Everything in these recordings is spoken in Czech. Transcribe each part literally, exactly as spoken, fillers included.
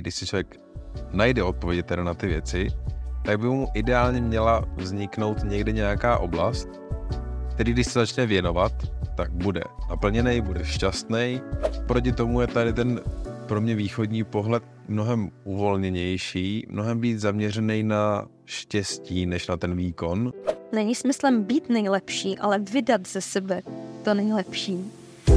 když si člověk najde odpovědi teda na ty věci, tak by mu ideálně měla vzniknout někde nějaká oblast, který když se začne věnovat, tak bude naplněný, bude šťastný. Proti tomu je tady ten pro mě východní pohled mnohem uvolněnější, mnohem víc zaměřený na štěstí, než na ten výkon. Není smyslem být nejlepší, ale vydat ze sebe to nejlepší.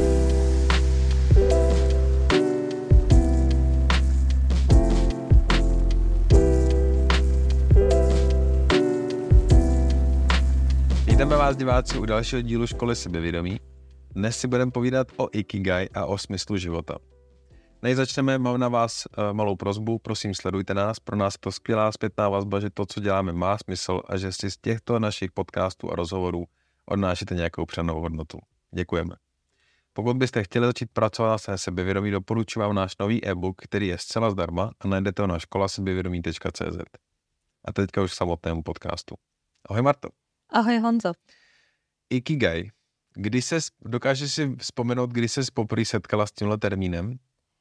Vítáme vás, diváci, u dalšího dílu Školy sebevědomí. Dnes si budeme povídat o Ikigai a o smyslu života. Než začneme, mám na vás uh, malou prosbu, prosím sledujte nás, pro nás to skvělá zpětná vazba, že to, co děláme, má smysl a že si z těchto našich podcastů a rozhovorů odnášíte nějakou přenou hodnotu. Děkujeme. Pokud byste chtěli začít pracovat na sebevědomí, doporučuji vám náš nový e-book, který je zcela zdarma a najdete ho na škola sebevědomí tečka cé zet. A teďka už k samotnému podcastu. Ahoj Marto. Ahoj Honzo. Ikigai. Kdy ses, dokážeš si vzpomenout, kdy ses poprvé setkala s tímhle termínem?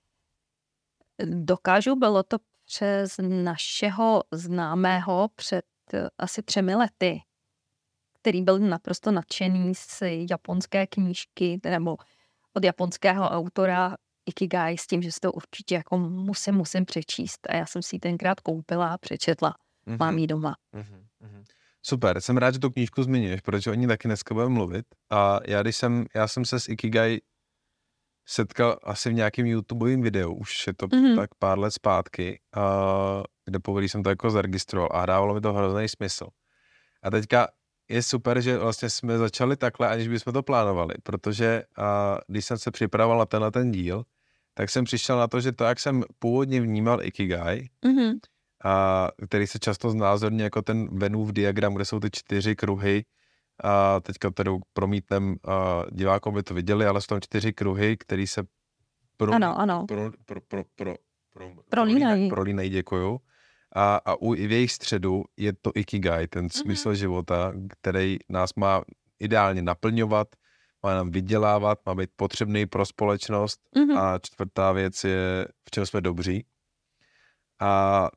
Dokážu, bylo to přes našeho známého před asi třemi lety, který byl naprosto nadšený z japonské knížky, nebo od japonského autora Ikigai, s tím, že si to určitě jako musím, musím přečíst. A já jsem si ji tenkrát koupila a přečetla. Mm-hmm. Mám ji doma. Mm-hmm. Super, jsem rád, že tu knížku zmiňuješ, protože o ní taky dneska budeme mluvit. A já, když jsem, já jsem se s Ikigai setkal asi v nějakém YouTubeovém videu, už je to mm-hmm. tak pár let zpátky, a, kde poprvé jsem to jako zaregistroval a dávalo mi to hrozný smysl. A teďka je super, že vlastně jsme začali takhle, aniž bychom to plánovali, protože a, když jsem se připravoval na tenhle ten díl, tak jsem přišel na to, že to, jak jsem původně vnímal Ikigai, mm-hmm. a, který se často znázorní jako ten Venův diagram, kde jsou ty čtyři kruhy, a teďka tedy promítnem, divákům by to viděli, ale jsou tam čtyři kruhy, který se pro, ano, ano. pro, pro, pro, pro, pro, prolínají. prolínají, děkuju. A, a u, i v jejich středu je to Ikigai, ten smysl mm-hmm. života, který nás má ideálně naplňovat, má nám vydělávat, má být potřebný pro společnost. Mm-hmm. A čtvrtá věc je, v čem jsme dobří. A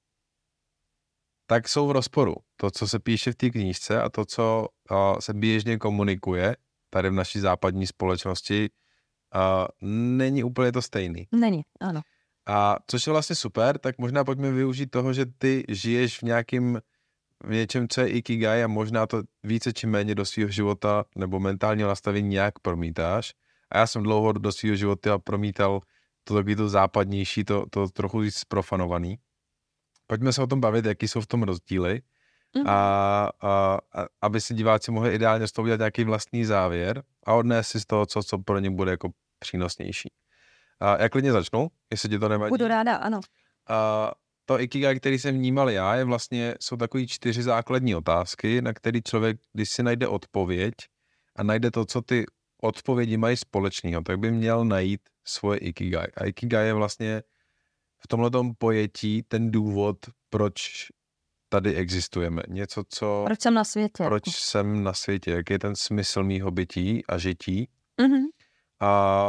tak jsou v rozporu. To, co se píše v té knížce a to, co uh, se běžně komunikuje tady v naší západní společnosti, uh, není úplně to stejný. Není, ano. A což je vlastně super, tak možná pojďme využít toho, že ty žiješ v nějakým, v něčem, co je Ikigai a možná to více či méně do svého života nebo mentálního nastavení nějak promítáš. A já jsem dlouho do svého života promítal to taky to západnější, to, to trochu víc zprofanovaný. Pojďme se o tom bavit, jaký jsou v tom rozdíly mm. a, a, a aby si diváci mohli ideálně z toho udělat nějaký vlastní závěr a odnést si z toho, co, co pro ně bude jako přínosnější. A já klidně začnu, jestli ti to nevadí. Budu ráda, ano. A to Ikigai, který jsem vnímal já, je vlastně, jsou takový čtyři základní otázky, na který člověk, když si najde odpověď a najde to, co ty odpovědi mají společného, tak by měl najít svoje Ikigai. A Ikigai je vlastně v tomhletom pojetí ten důvod, proč tady existujeme. Něco, co... Proč jsem na světě. Proč jsem na světě, jaký je ten smysl mýho bytí a žití. Mm-hmm. A,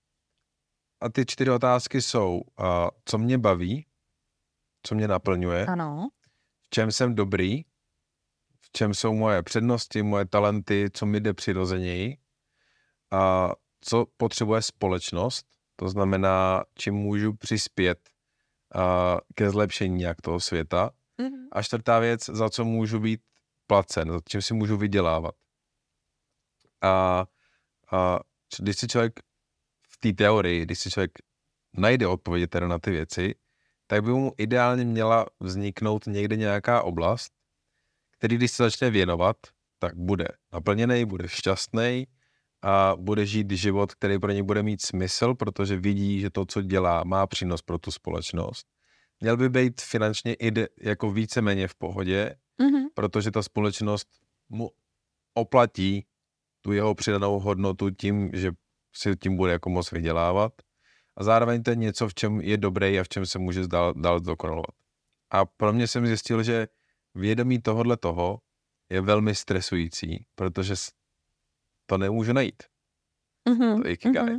a ty čtyři otázky jsou, a co mě baví, co mě naplňuje, ano. v čem jsem dobrý, v čem jsou moje přednosti, moje talenty, co mi jde přirozeněji, a co potřebuje společnost, to znamená, čím můžu přispět a ke zlepšení nějak toho světa. Mm-hmm. A čtvrtá věc, za co můžu být placen, za čím si můžu vydělávat. A, a když si člověk v té teorii, když si člověk najde odpovědi teda na ty věci, tak by mu ideálně měla vzniknout někde nějaká oblast, který když se začne věnovat, tak bude naplněný, bude šťastný a bude žít život, který pro něj bude mít smysl, protože vidí, že to, co dělá, má přínos pro tu společnost. Měl by být finančně i de, jako víceméně v pohodě, mm-hmm. protože ta společnost mu oplatí tu jeho přidanou hodnotu tím, že si tím bude jako moc vydělávat. A zároveň to je něco, v čem je dobrý a v čem se může dál, dál dokonalovat. A pro mě jsem zjistil, že vědomí tohodle toho je velmi stresující, protože to nemůžu najít. Mm-hmm. To Ikigai. Mm-hmm.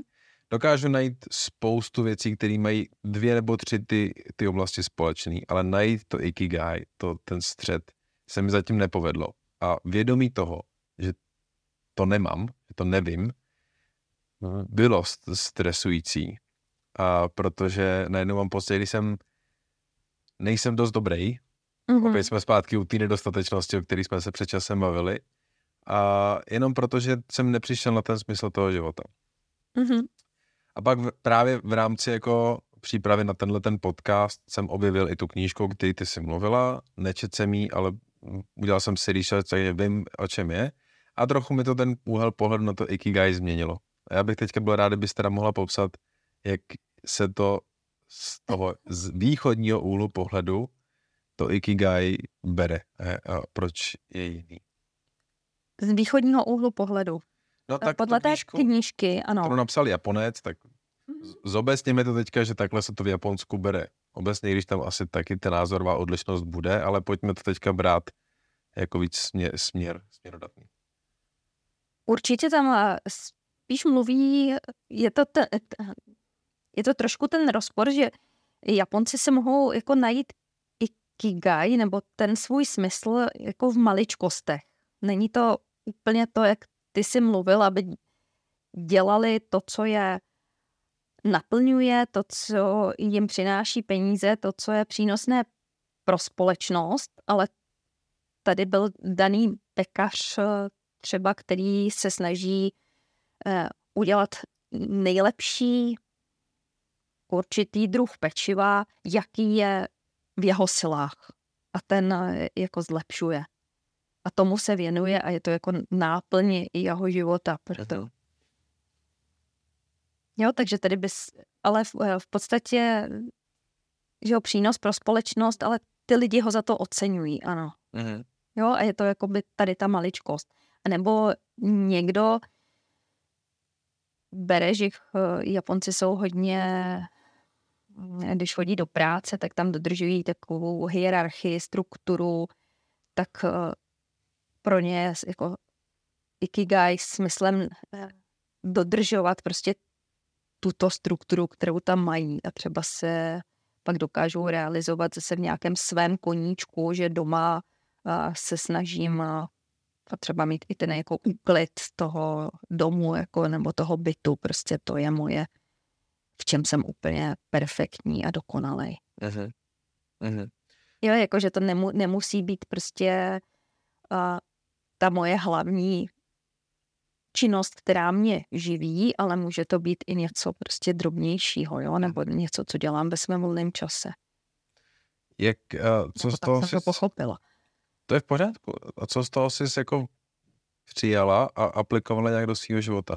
dokážu najít spoustu věcí, které mají dvě nebo tři ty, ty oblasti společné, ale najít to ikigai, to, ten střed, se mi zatím nepovedlo. A vědomí toho, že to nemám, že to nevím, bylo stresující. A protože najednou mám pocit, když jsem nejsem dost dobrý, mm-hmm. opět jsme zpátky u té nedostatečnosti, o které jsme se před časem bavili, a jenom proto, že jsem nepřišel na ten smysl toho života. Mm-hmm. A pak v, právě v rámci jako přípravy na tenhle ten podcast jsem objevil i tu knížku, o které ty jsi mluvila, nečet jsem jí, ale udělal jsem si research, takže vím, o čem je, a trochu mi to ten úhel pohledu na to ikigai změnilo. A já bych teďka byl rád, kdybyste teda mohla popsat, jak se to z toho z východního úhlu pohledu to ikigai bere a, a proč je jiný. Z východního úhlu pohledu. No, tak podle té knížku, knížky, ano. kterou napsal Japonec, tak zobecněme to teďka, že takhle se to v Japonsku bere. Obecně, když tam asi taky ta názorová odlišnost bude, ale pojďme to teďka brát jako víc směr, směr směrodatný. Určitě tam spíš mluví, je to, ten, je to trošku ten rozpor, že Japonci se mohou jako najít ikigai, nebo ten svůj smysl jako v maličkostech. Není to úplně to, jak ty jsi mluvil, aby dělali to, co je naplňuje, to, co jim přináší peníze, to, co je přínosné pro společnost, ale tady byl daný pekař třeba, který se snaží eh, udělat nejlepší určitý druh pečiva, jaký je v jeho silách. A ten eh, jako zlepšuje. A tomu se věnuje a je to jako náplň jeho života. Proto. Jo, takže tady bys, ale v, v podstatě, že jo, přínos pro společnost, ale ty lidi ho za to oceňují, ano. Mm-hmm. Jo, a je to jako by tady ta maličkost. A nebo někdo bere, že Japonci jsou hodně, když chodí do práce, tak tam dodržují takovou hierarchii, strukturu, tak pro ně je jako ikigai smyslem dodržovat prostě tuto strukturu, kterou tam mají, a třeba se pak dokážou realizovat zase v nějakém svém koníčku, že doma se snažím a třeba mít i ten jako úklid toho domu jako, nebo toho bytu, prostě to je moje, v čem jsem úplně perfektní a dokonalej. Uh-huh. Uh-huh. Jo, jakože to nemu, nemusí být prostě uh, ta moje hlavní činnost, která mě živí, ale může to být i něco prostě drobnějšího, jo, nebo něco, co dělám ve svém volném čase. Jak, uh, co no, z toho tak jsem jsi... to pochopila. To je v pořádku. A co z toho jsi jako přijala a aplikovala nějak do svého života?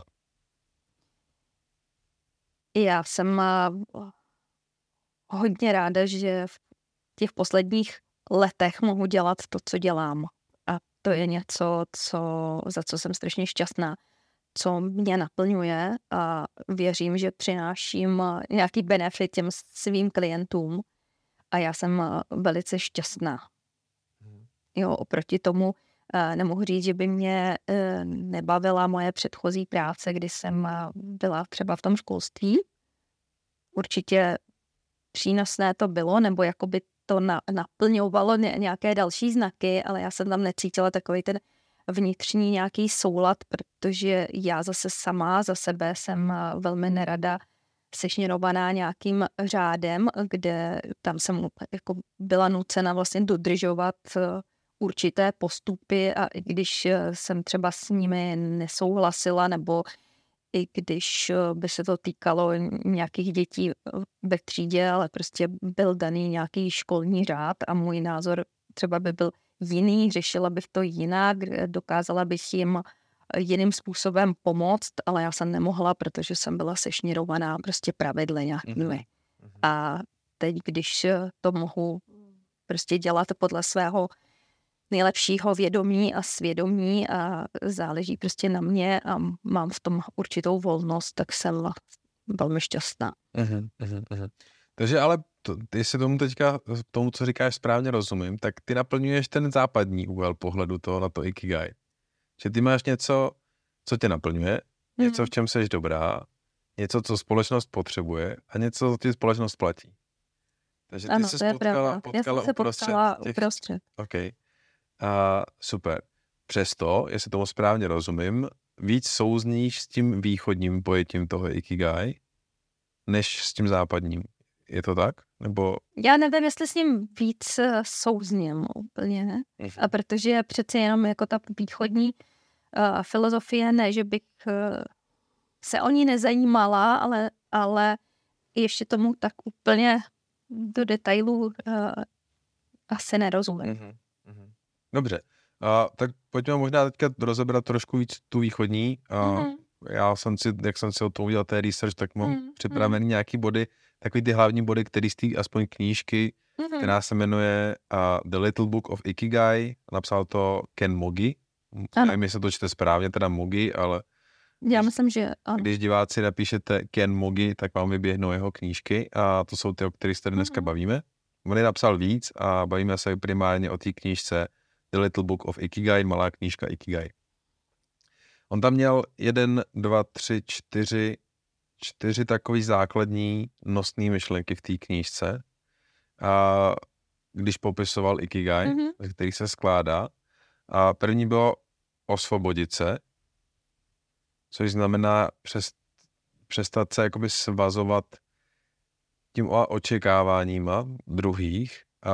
Já jsem uh, hodně ráda, že v těch posledních letech mohu dělat to, co dělám. A to je něco, co, za co jsem strašně šťastná, co mě naplňuje, a věřím, že přináším nějaký benefit těm svým klientům, a já jsem velice šťastná. Jo, oproti tomu nemohu říct, že by mě nebavila moje předchozí práce, kdy jsem byla třeba v tom školství. Určitě přínosné to bylo, nebo jakoby to na, naplňovalo nějaké další znaky, ale já jsem tam necítila takový ten vnitřní nějaký soulad, protože já zase sama za sebe jsem velmi nerada sešněrovaná nějakým řádem, kde tam jsem jako byla nucena vlastně dodržovat určité postupy, a i když jsem třeba s nimi nesouhlasila, nebo i když by se to týkalo nějakých dětí ve třídě, ale prostě byl daný nějaký školní řád a můj názor třeba by byl jiný, řešila bych to jinak, dokázala bych jim jiným způsobem pomoct, ale já jsem nemohla, protože jsem byla sešněrovaná prostě pravidly nějakými. Mm-hmm. A teď, když to mohu prostě dělat podle svého nejlepšího vědomí a svědomí a záleží prostě na mě a mám v tom určitou volnost, tak jsem velmi šťastná. Uh-huh, uh-huh, uh-huh. Takže ale to, jestli tomu teďka, tomu, co říkáš, správně rozumím, tak ty naplňuješ ten západní úhel pohledu toho na to ikigai. Že ty máš něco, co tě naplňuje, něco, v čem seš dobrá, něco, co společnost potřebuje a něco, co ti společnost platí. Takže ty ano, se to je potkala, pravda. potkala Já jsem se uprostřed potkala těch... uprostřed. OK. A super. Přesto, jestli tomu správně rozumím, víc souzníš s tím východním pojetím toho ikigai, než s tím západním. Je to tak? Nebo... Já nevím, jestli s ním víc eh, souzním úplně, ne? Mhm. A protože přeci jenom jako ta východní uh, filozofie, ne, že bych uh, se o ní nezajímala, ale, ale ještě tomu tak úplně do detailů uh, asi nerozumím. Mhm. Mhm. Dobře. A, tak pojďme možná teďka rozebrat trošku víc tu východní. A, Mhm. Já jsem si, jak jsem si o tom udělal té research, tak mám Mhm. připravený nějaký body, takový ty hlavní body, který z té aspoň knížky, Mhm. která se jmenuje uh, The Little Book of Ikigai, napsal to Ken Mogi. Ano. Nevím, jestli to čte správně, teda Mogi, ale Já myslím, že ano. když diváci napíšete Ken Mogi, tak vám vyběhnou jeho knížky a to jsou ty, o kterých se tady dneska Mhm. bavíme. On je napsal víc a bavíme se primárně o té knížce The Little Book of Ikigai, malá knížka Ikigai. On tam měl jeden, dva, tři, čtyři, čtyři takový základní nosné myšlenky v té knížce, a když popisoval Ikigai, Mhm. ze který se skládá. A první bylo osvobodit se, což znamená přes, přestat se jakoby svazovat tím očekáváníma druhých a,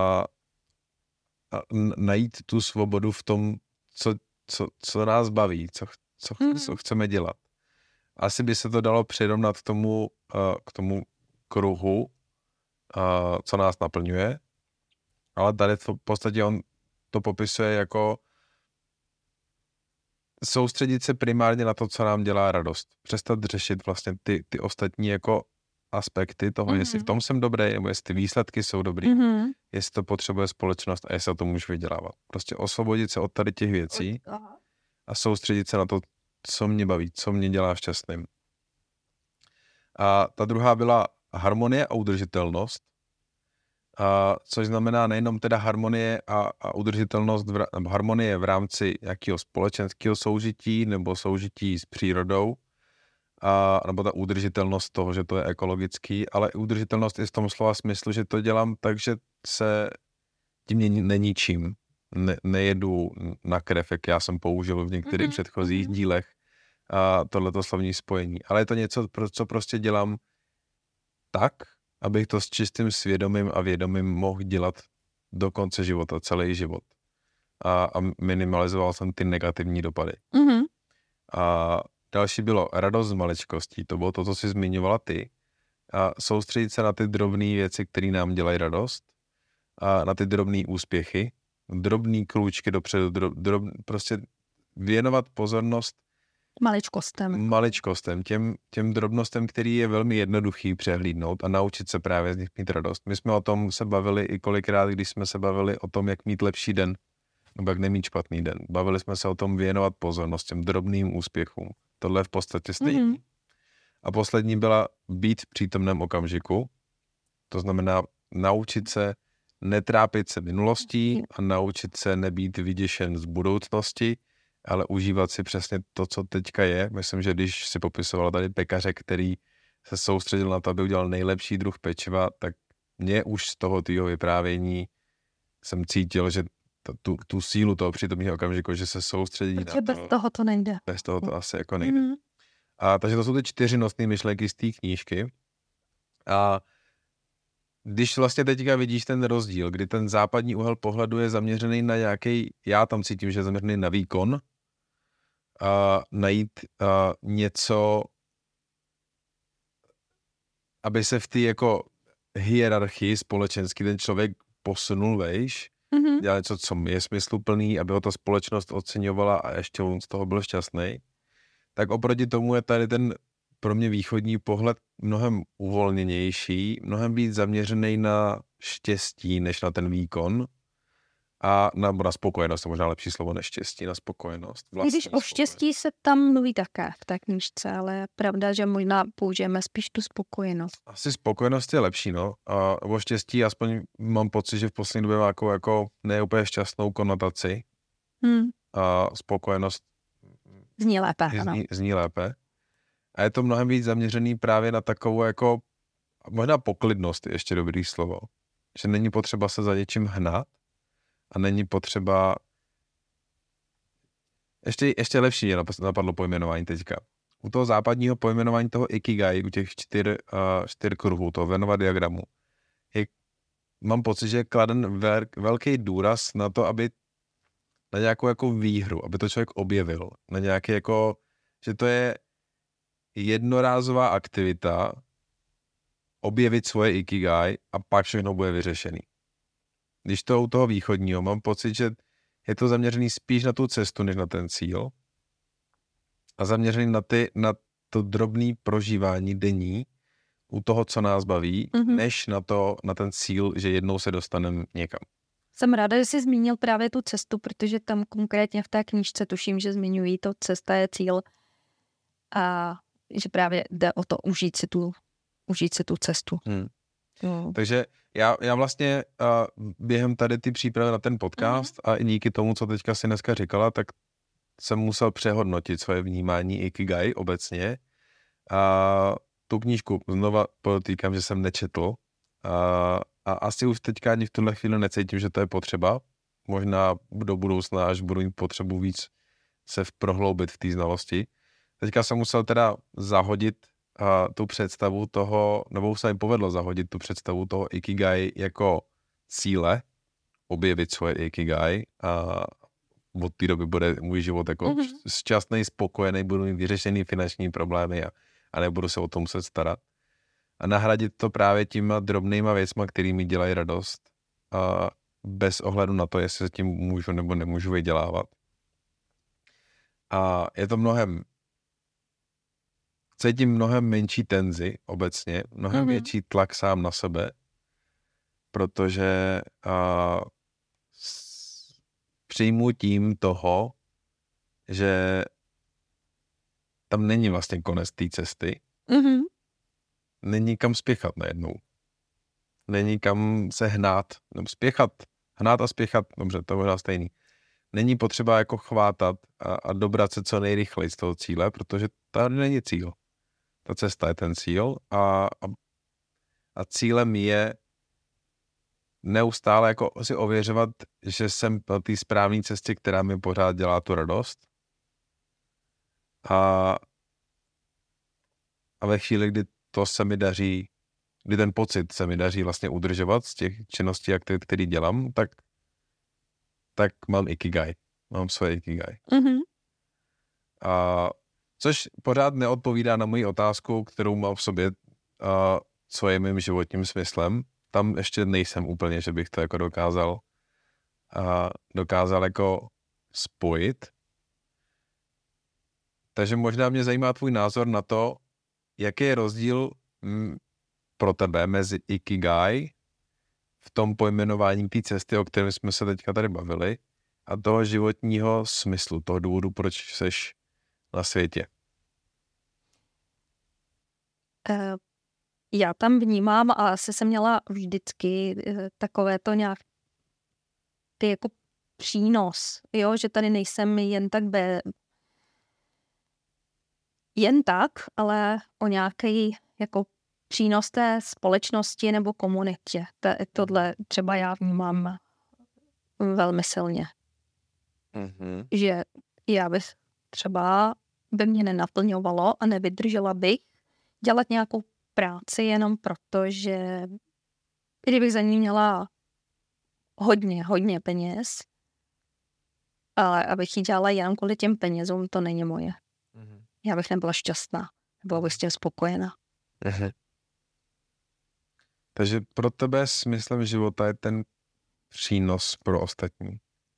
a najít tu svobodu v tom, co, co, co nás baví, co, co, Mhm. co chceme dělat. Asi by se to dalo přirovnat k tomu, uh, k tomu kruhu, uh, co nás naplňuje, ale tady to, v podstatě on to popisuje jako soustředit se primárně na to, co nám dělá radost. Přestat řešit vlastně ty, ty ostatní jako aspekty toho, Mhm. jestli v tom jsem dobrý, nebo jestli ty výsledky jsou dobrý, Mhm. jestli to potřebuje společnost a jestli o to můžu vydělávat. Prostě osvobodit se od tady těch věcí Aha. a soustředit se na to, co mě baví, co mě dělá šťastným. A ta druhá byla harmonie a udržitelnost, a což znamená nejenom teda harmonie a, a udržitelnost, v, nebo harmonie v rámci nějakého společenského soužití nebo soužití s přírodou, a, nebo ta udržitelnost toho, že to je ekologický, ale udržitelnost i v tom slova smyslu, že to dělám tak, že se tím ne, neničím, ne, nejedu na krev, jak já jsem použil v některých Mhm, předchozích mhm. dílech a tohleto slovní spojení. Ale je to něco, pro- co prostě dělám tak, abych to s čistým svědomím a vědomím mohl dělat do konce života, celý život. A, a minimalizoval jsem ty negativní dopady. Mhm. A další bylo radost z maličkostí. To bylo to, co jsi zmiňovala ty. A soustředit se na ty drobné věci, které nám dělají radost. A na ty drobné úspěchy. Drobný krůčky dopředu. Drob, drob, prostě věnovat pozornost Maličkostem. maličkostem, těm, těm drobnostem, který je velmi jednoduchý přehlídnout a naučit se právě z nich mít radost. My jsme o tom se bavili i kolikrát, když jsme se bavili o tom, jak mít lepší den, nebo jak nemít špatný den. Bavili jsme se o tom věnovat pozornost těm drobným úspěchům. Tohle je v podstatě stejný. Mhm. A poslední byla být v přítomném okamžiku. To znamená naučit se netrápit se minulostí a naučit se nebýt vyděšen z budoucnosti, ale užívat si přesně to, co teďka je. Myslím, že když si popisovala tady pekaře, který se soustředil na to, aby udělal nejlepší druh pečiva, tak mě už z toho tvýho vyprávění jsem cítil, že to, tu, tu sílu toho přítomného okamžiku, že se soustředí Protože na bez to. toho to nejde. Bez toho to asi jako nejde. Mhm. A, takže to jsou ty čtyři nosné myšlenky z té knížky. A když vlastně teďka vidíš ten rozdíl, kdy ten západní úhel pohledu je zaměřený na nějaký, já tam cítím, že je zaměřený na výkon, a najít a něco, aby se v té jako hierarchii společenský ten člověk posunul vejš, Mhm. dělal něco, co je smysluplný, aby ho ta společnost oceňovala a ještě on z toho byl šťastný. Tak oproti tomu je tady ten pro mě východní pohled mnohem uvolněnější, mnohem víc zaměřený na štěstí, než na ten výkon a na, na spokojenost, to možná lepší slovo než štěstí, na spokojenost. I když o štěstí se tam mluví také v té knížce, ale je pravda, že možná použijeme spíš tu spokojenost. Asi spokojenost je lepší, no. A o štěstí aspoň mám pocit, že v poslední době má jako, jako ne úplně šťastnou konotaci. Hmm. A spokojenost Zní lépe, ano. zní, zní lépe. A je to mnohem víc zaměřený právě na takovou jako, možná poklidnost je ještě dobrý slovo. Že není potřeba se za něčím hnat a není potřeba, ještě, ještě lepší je napadlo pojmenování teďka. U toho západního pojmenování toho ikigai, u těch čtyř, uh, čtyř kruhů, toho Venova diagramu, je, mám pocit, že je kladen vel, velký důraz na to, aby na nějakou jako výhru, aby to člověk objevil. Na nějaký jako, že to je jednorázová aktivita, objevit svoje ikigai a pak všechno bude vyřešený. Když to u toho východního, mám pocit, že je to zaměřený spíš na tu cestu, než na ten cíl. A zaměřený na, ty, na to drobné prožívání denní u toho, co nás baví, mm-hmm. než na, to, na ten cíl, že jednou se dostaneme někam. Jsem ráda, že jsi zmínil právě tu cestu, protože tam konkrétně v té knížce tuším, že zmiňují to cesta je cíl a že právě jde o to užít si tu, užít si tu cestu. Hmm. No. Takže já, já vlastně uh, během tady ty přípravy na ten podcast mm-hmm. a i díky tomu, co teďka si dneska říkala, tak jsem musel přehodnotit svoje vnímání ikigai obecně. A tu knížku znova podotýkám, že jsem nečetl a, a asi už teďka ani v tuhle chvíli necítím, že to je potřeba. Možná do budoucna, až budu mít potřebu víc se prohloubit v té znalosti. Teďka jsem musel teda zahodit a, tu představu toho, nebo už se mi povedlo zahodit tu představu toho ikigai jako cíle, objevit svoje ikigai a od té doby bude můj život jako mm-hmm. šťastný, spokojený, budu mít vyřešený finanční problémy a, a nebudu se o tom muset starat. A nahradit to právě těma drobnýma věcma, který mi dělají radost a bez ohledu na to, jestli se tím můžu nebo nemůžu vydělávat. A je to mnohem cítím mnohem menší tenzi obecně, mnohem mm-hmm. větší tlak sám na sebe, protože a, s, přijmu tím toho, že tam není vlastně konec té cesty. Mm-hmm. Není kam spěchat najednou. Není kam se hnát, nebo spěchat, hnát a spěchat, dobře, to je možná stejný. Není potřeba jako chvátat a, a dobrat se co nejrychleji z toho cíle, protože tady není cíl. Ta cesta je ten cíl a, a, a cílem je neustále jako si ověřovat, že jsem na té správné cestě, která mi pořád dělá tu radost. A, a ve chvíli, kdy to se mi daří, kdy ten pocit se mi daří vlastně udržovat z těch činností, které dělám, tak, tak mám ikigai. Mám svoje ikigai. Mm-hmm. A což pořád neodpovídá na moji otázku, kterou mám v sobě, a co je mým životním smyslem. Tam ještě nejsem úplně, že bych to jako dokázal a dokázal jako spojit. Takže možná mě zajímá tvůj názor na to, jaký je rozdíl m, pro tebe mezi ikigai v tom pojmenování té cesty, o kterém jsme se teďka tady bavili, a toho životního smyslu, toho důvodu, proč seš na světě. Uh, já tam vnímám a asi jsem měla vždycky uh, takové to nějak ty jako přínos, jo, že tady nejsem jen tak be, jen tak, ale o nějaký jako přínos té společnosti nebo komunitě. Tohle třeba já vnímám velmi silně. Mm-hmm. Že já bych třeba by mě nenaplňovalo a nevydržela bych dělat nějakou práci jenom proto, že kdybych za ní měla hodně, hodně peněz, ale abych ji dělala jenom kvůli těm penězům, to není moje. Mm-hmm. Já bych nebyla šťastná, byla bych s tím spokojená. Mm-hmm. Takže pro tebe smyslem života je ten přínos pro ostatní.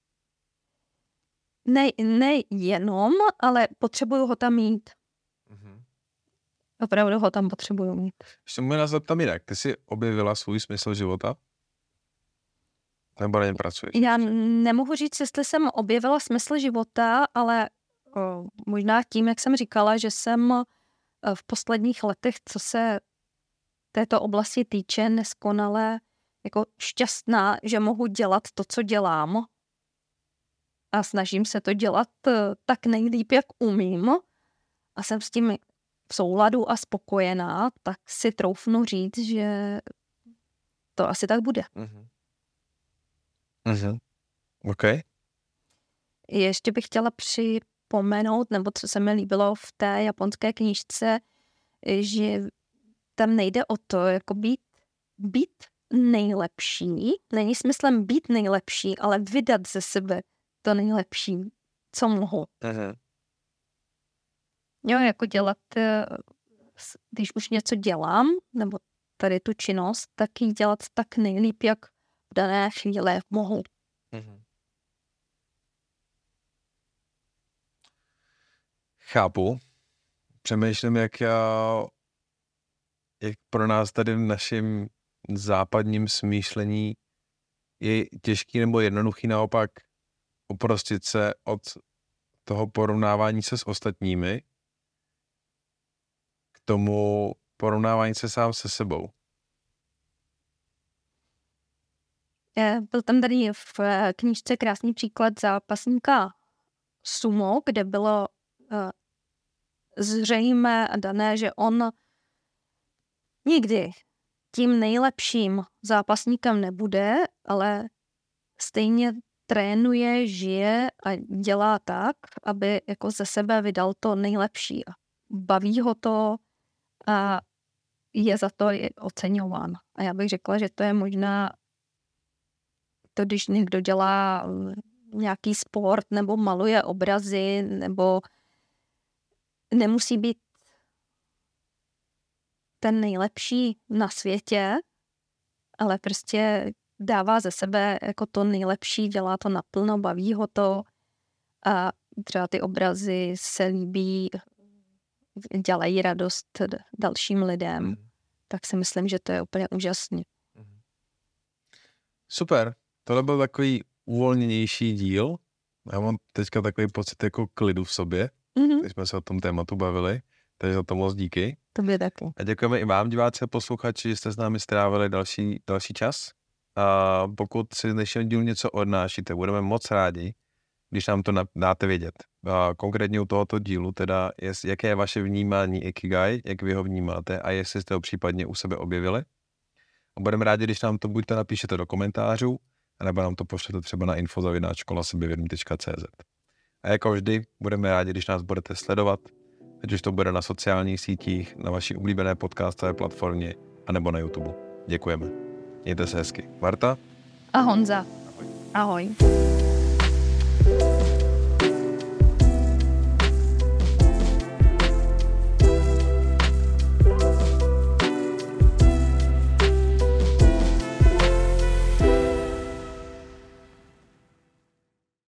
Ne, ne jenom, ale potřebuju ho tam mít. Mm-hmm. Opravdu ho tam potřebuju mít. Ještě můžu nás zeptat jinak. Ty jsi objevila svůj smysl života? Nebo na něm pracuješ? Já nemohu říct, jestli jsem objevila smysl života, ale o, možná tím, jak jsem říkala, že jsem v posledních letech, co se této oblasti týče, neskonale jako šťastná, že mohu dělat to, co dělám. A snažím se to dělat tak nejlíp, jak umím. A jsem s tím v souladu a spokojená, tak si troufnu říct, že to asi tak bude. Mm-hmm. Mm-hmm. OK. Ještě bych chtěla připomenout, nebo co se mi líbilo v té japonské knížce, že tam nejde o to, jako být, být nejlepší. Není smyslem být nejlepší, ale vydat ze sebe to nejlepší, co mohu. Mm-hmm. Jo, jako dělat, když už něco dělám, nebo tady tu činnost, tak ji dělat tak nejlíp, jak v dané chvíli mohu. Mm-hmm. Chápu. Přemýšlím, jak já, jak pro nás tady v našem západním smýšlení je těžký nebo jednoduchý naopak uprostit se od toho porovnávání se s ostatními k tomu porovnávání se sám se sebou. Byl tam tady v knížce krásný příklad zápasníka sumo, kde bylo zřejmé a dané, že on nikdy tím nejlepším zápasníkem nebude, ale stejně trénuje, žije a dělá tak, aby jako ze sebe vydal to nejlepší. Baví ho to a je za to oceňován. A já bych řekla, že to je možná to, když někdo dělá nějaký sport nebo maluje obrazy, nebo nemusí být ten nejlepší na světě, ale prostě dává ze sebe jako to nejlepší, dělá to naplno, baví ho to a třeba ty obrazy se líbí, dělají radost dalším lidem. Mm. Tak si myslím, že to je úplně úžasný. Super. Tohle byl takový uvolněnější díl. Já mám teďka takový pocit jako klidu v sobě, mm-hmm. když jsme se o tom tématu bavili. Takže za to moc díky. Tobě taky. A děkujeme i vám, diváci a posluchači, že jste s námi strávili další, další čas. A pokud si z dnešního dílu něco odnášíte, budeme moc rádi, když nám to dáte vědět. A konkrétně u tohoto dílu, teda, jest, jaké je vaše vnímání Ikigai, jak vy ho vnímáte a jestli jste ho případně u sebe objevili. A budeme rádi, když nám to buď to napíšete do komentářů, nebo nám to pošlete třeba na info zavináč škola sebevědomí tečka cé zet. A jako vždy, budeme rádi, když nás budete sledovat, ať už to bude na sociálních sítích, na vaší oblíbené podcastové platformě, anebo na YouTube. Děkujeme. Mějte se hezky. Marta? A Honza. Ahoj. Ahoj.